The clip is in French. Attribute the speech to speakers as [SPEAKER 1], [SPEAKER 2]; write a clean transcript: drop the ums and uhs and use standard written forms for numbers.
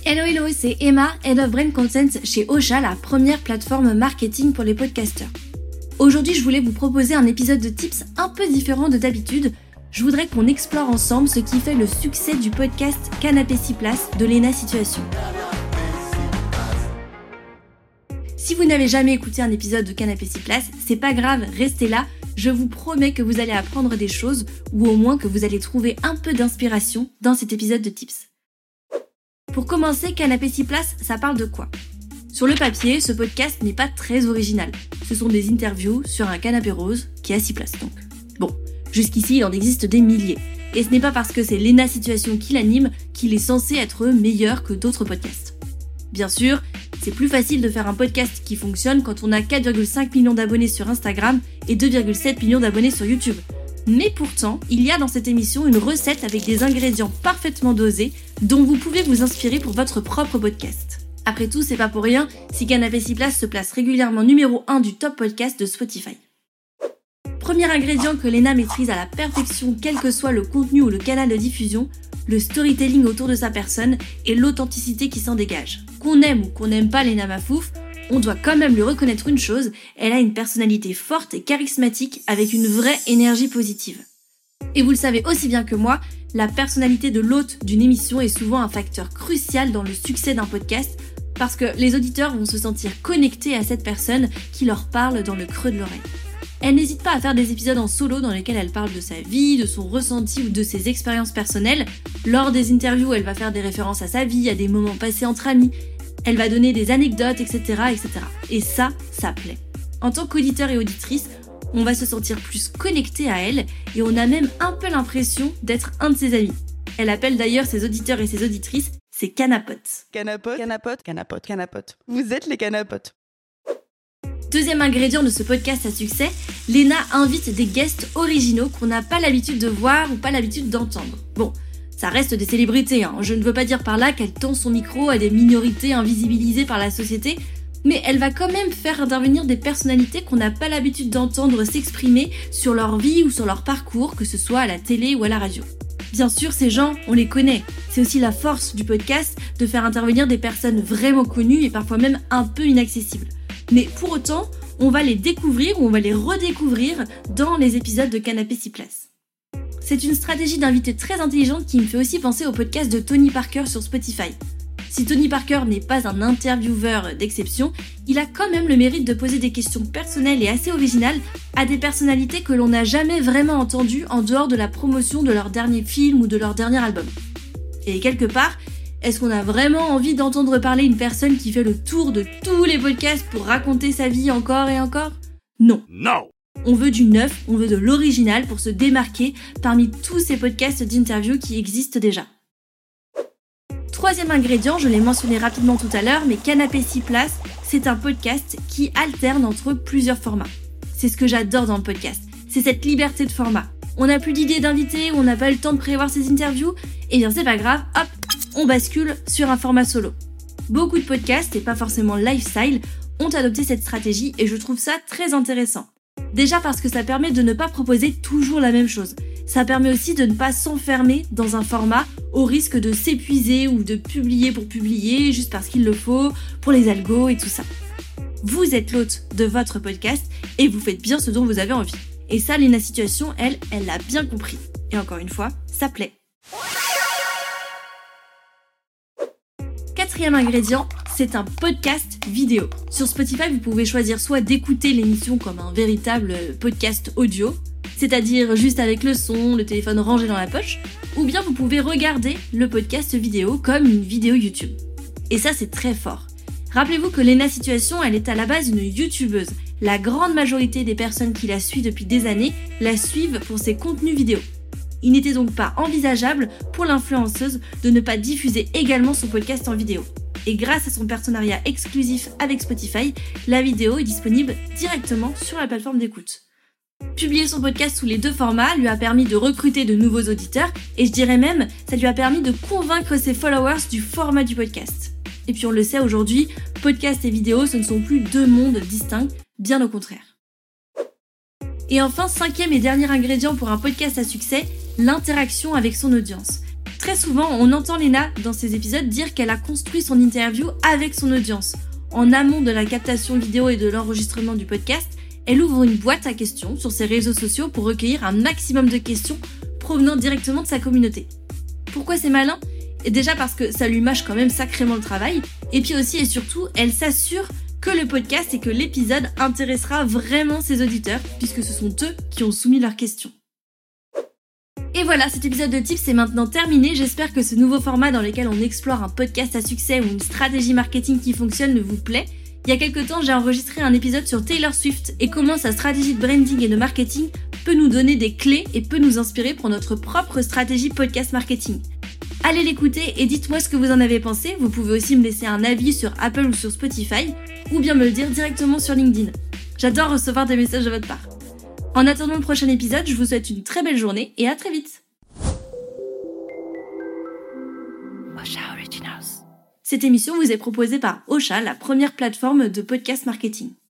[SPEAKER 1] Hello, c'est Emma, Head of Brand Content chez Ocha, la première plateforme marketing pour les podcasteurs. Aujourd'hui, je voulais vous proposer un épisode de tips un peu différent de d'habitude. Je voudrais qu'on explore ensemble ce qui fait le succès du podcast Canapé 6 places de Léna Situation. Si vous n'avez jamais écouté un épisode de Canapé 6 places, c'est pas grave, restez là. Je vous promets que vous allez apprendre des choses ou au moins que vous allez trouver un peu d'inspiration dans cet épisode de tips. Pour commencer, Canapé 6 places, ça parle de quoi ? Sur le papier, ce podcast n'est pas très original. Ce sont des interviews sur un canapé rose qui a 6 places donc. Bon, jusqu'ici, il en existe des milliers. Et ce n'est pas parce que c'est Léna Situation qui l'anime qu'il est censé être meilleur que d'autres podcasts. Bien sûr, c'est plus facile de faire un podcast qui fonctionne quand on a 4,5 millions d'abonnés sur Instagram et 2,7 millions d'abonnés sur YouTube. Mais pourtant, il y a dans cette émission une recette avec des ingrédients parfaitement dosés dont vous pouvez vous inspirer pour votre propre podcast. Après tout, c'est pas pour rien si Canapé 6 places se place régulièrement numéro 1 du top podcast de Spotify. Premier ingrédient que Léna maîtrise à la perfection quel que soit le contenu ou le canal de diffusion, le storytelling autour de sa personne et l'authenticité qui s'en dégage. Qu'on aime ou qu'on n'aime pas Léna Mafouf, on doit quand même lui reconnaître une chose, elle a une personnalité forte et charismatique avec une vraie énergie positive. Et vous le savez aussi bien que moi, la personnalité de l'hôte d'une émission est souvent un facteur crucial dans le succès d'un podcast parce que les auditeurs vont se sentir connectés à cette personne qui leur parle dans le creux de l'oreille. Elle n'hésite pas à faire des épisodes en solo dans lesquels elle parle de sa vie, de son ressenti ou de ses expériences personnelles. Lors des interviews, elle va faire des références à sa vie, à des moments passés entre amis. Elle va donner des anecdotes, etc., etc. Et ça plaît. En tant qu'auditeur et auditrice, on va se sentir plus connecté à elle et on a même un peu l'impression d'être un de ses amis. Elle appelle d'ailleurs ses auditeurs et ses auditrices ses canapotes.
[SPEAKER 2] Canapotes. Vous êtes les canapotes.
[SPEAKER 1] Deuxième ingrédient de ce podcast à succès, Léna invite des guests originaux qu'on n'a pas l'habitude de voir ou pas l'habitude d'entendre. Bon, ça reste des célébrités, hein. Je ne veux pas dire par là qu'elle tend son micro à des minorités invisibilisées par la société, mais elle va quand même faire intervenir des personnalités qu'on n'a pas l'habitude d'entendre s'exprimer sur leur vie ou sur leur parcours, que ce soit à la télé ou à la radio. Bien sûr, ces gens, on les connaît. C'est aussi la force du podcast de faire intervenir des personnes vraiment connues et parfois même un peu inaccessibles. Mais pour autant, on va les découvrir ou on va les redécouvrir dans les épisodes de Canapé 6 places. C'est une stratégie d'invité très intelligente qui me fait aussi penser au podcast de Tony Parker sur Spotify. Si Tony Parker n'est pas un intervieweur d'exception, il a quand même le mérite de poser des questions personnelles et assez originales à des personnalités que l'on n'a jamais vraiment entendues en dehors de la promotion de leur dernier film ou de leur dernier album. Et quelque part, est-ce qu'on a vraiment envie d'entendre parler une personne qui fait le tour de tous les podcasts pour raconter sa vie encore et encore ? Non. On veut du neuf, on veut de l'original pour se démarquer parmi tous ces podcasts d'interview qui existent déjà. Troisième ingrédient, je l'ai mentionné rapidement tout à l'heure, mais Canapé 6 places, c'est un podcast qui alterne entre plusieurs formats. C'est ce que j'adore dans le podcast, c'est cette liberté de format. On n'a plus d'idées d'invités, on n'a pas le temps de prévoir ses interviews, et bien c'est pas grave, hop, on bascule sur un format solo. Beaucoup de podcasts, et pas forcément lifestyle, ont adopté cette stratégie et je trouve ça très intéressant. Déjà parce que ça permet de ne pas proposer toujours la même chose. Ça permet aussi de ne pas s'enfermer dans un format au risque de s'épuiser ou de publier pour publier juste parce qu'il le faut, pour les algos et tout ça. Vous êtes l'hôte de votre podcast et vous faites bien ce dont vous avez envie. Et ça, Léna Situation, elle l'a bien compris. Et encore une fois, ça plaît. Quatrième ingrédient, c'est un podcast vidéo. Sur Spotify, vous pouvez choisir soit d'écouter l'émission comme un véritable podcast audio, c'est-à-dire juste avec le son, le téléphone rangé dans la poche, ou bien vous pouvez regarder le podcast vidéo comme une vidéo YouTube. Et ça, c'est très fort. Rappelez-vous que Léna Situation, elle est à la base une youtubeuse. La grande majorité des personnes qui la suivent depuis des années la suivent pour ses contenus vidéo. Il n'était donc pas envisageable pour l'influenceuse de ne pas diffuser également son podcast en vidéo. Et grâce à son partenariat exclusif avec Spotify, la vidéo est disponible directement sur la plateforme d'écoute. Publier son podcast sous les deux formats lui a permis de recruter de nouveaux auditeurs et je dirais même, ça lui a permis de convaincre ses followers du format du podcast. Et puis on le sait aujourd'hui, podcast et vidéo, ce ne sont plus deux mondes distincts, bien au contraire. Et enfin, cinquième et dernier ingrédient pour un podcast à succès, l'interaction avec son audience. Très souvent, on entend Léna dans ces épisodes dire qu'elle a construit son interview avec son audience. En amont de la captation vidéo et de l'enregistrement du podcast, elle ouvre une boîte à questions sur ses réseaux sociaux pour recueillir un maximum de questions provenant directement de sa communauté. Pourquoi c'est malin ? Et déjà parce que ça lui mâche quand même sacrément le travail, et puis aussi et surtout, elle s'assure que le podcast et que l'épisode intéressera vraiment ses auditeurs, puisque ce sont eux qui ont soumis leurs questions. Et voilà, cet épisode de Tips est maintenant terminé. J'espère que ce nouveau format dans lequel on explore un podcast à succès ou une stratégie marketing qui fonctionne vous plaît. Il y a quelques temps, j'ai enregistré un épisode sur Taylor Swift et comment sa stratégie de branding et de marketing peut nous donner des clés et peut nous inspirer pour notre propre stratégie podcast marketing. Allez l'écouter et dites-moi ce que vous en avez pensé. Vous pouvez aussi me laisser un avis sur Apple ou sur Spotify ou bien me le dire directement sur LinkedIn. J'adore recevoir des messages de votre part. En attendant le prochain épisode, je vous souhaite une très belle journée et à très vite. Ocha Originals. Cette émission vous est proposée par Ocha, la première plateforme de podcast marketing.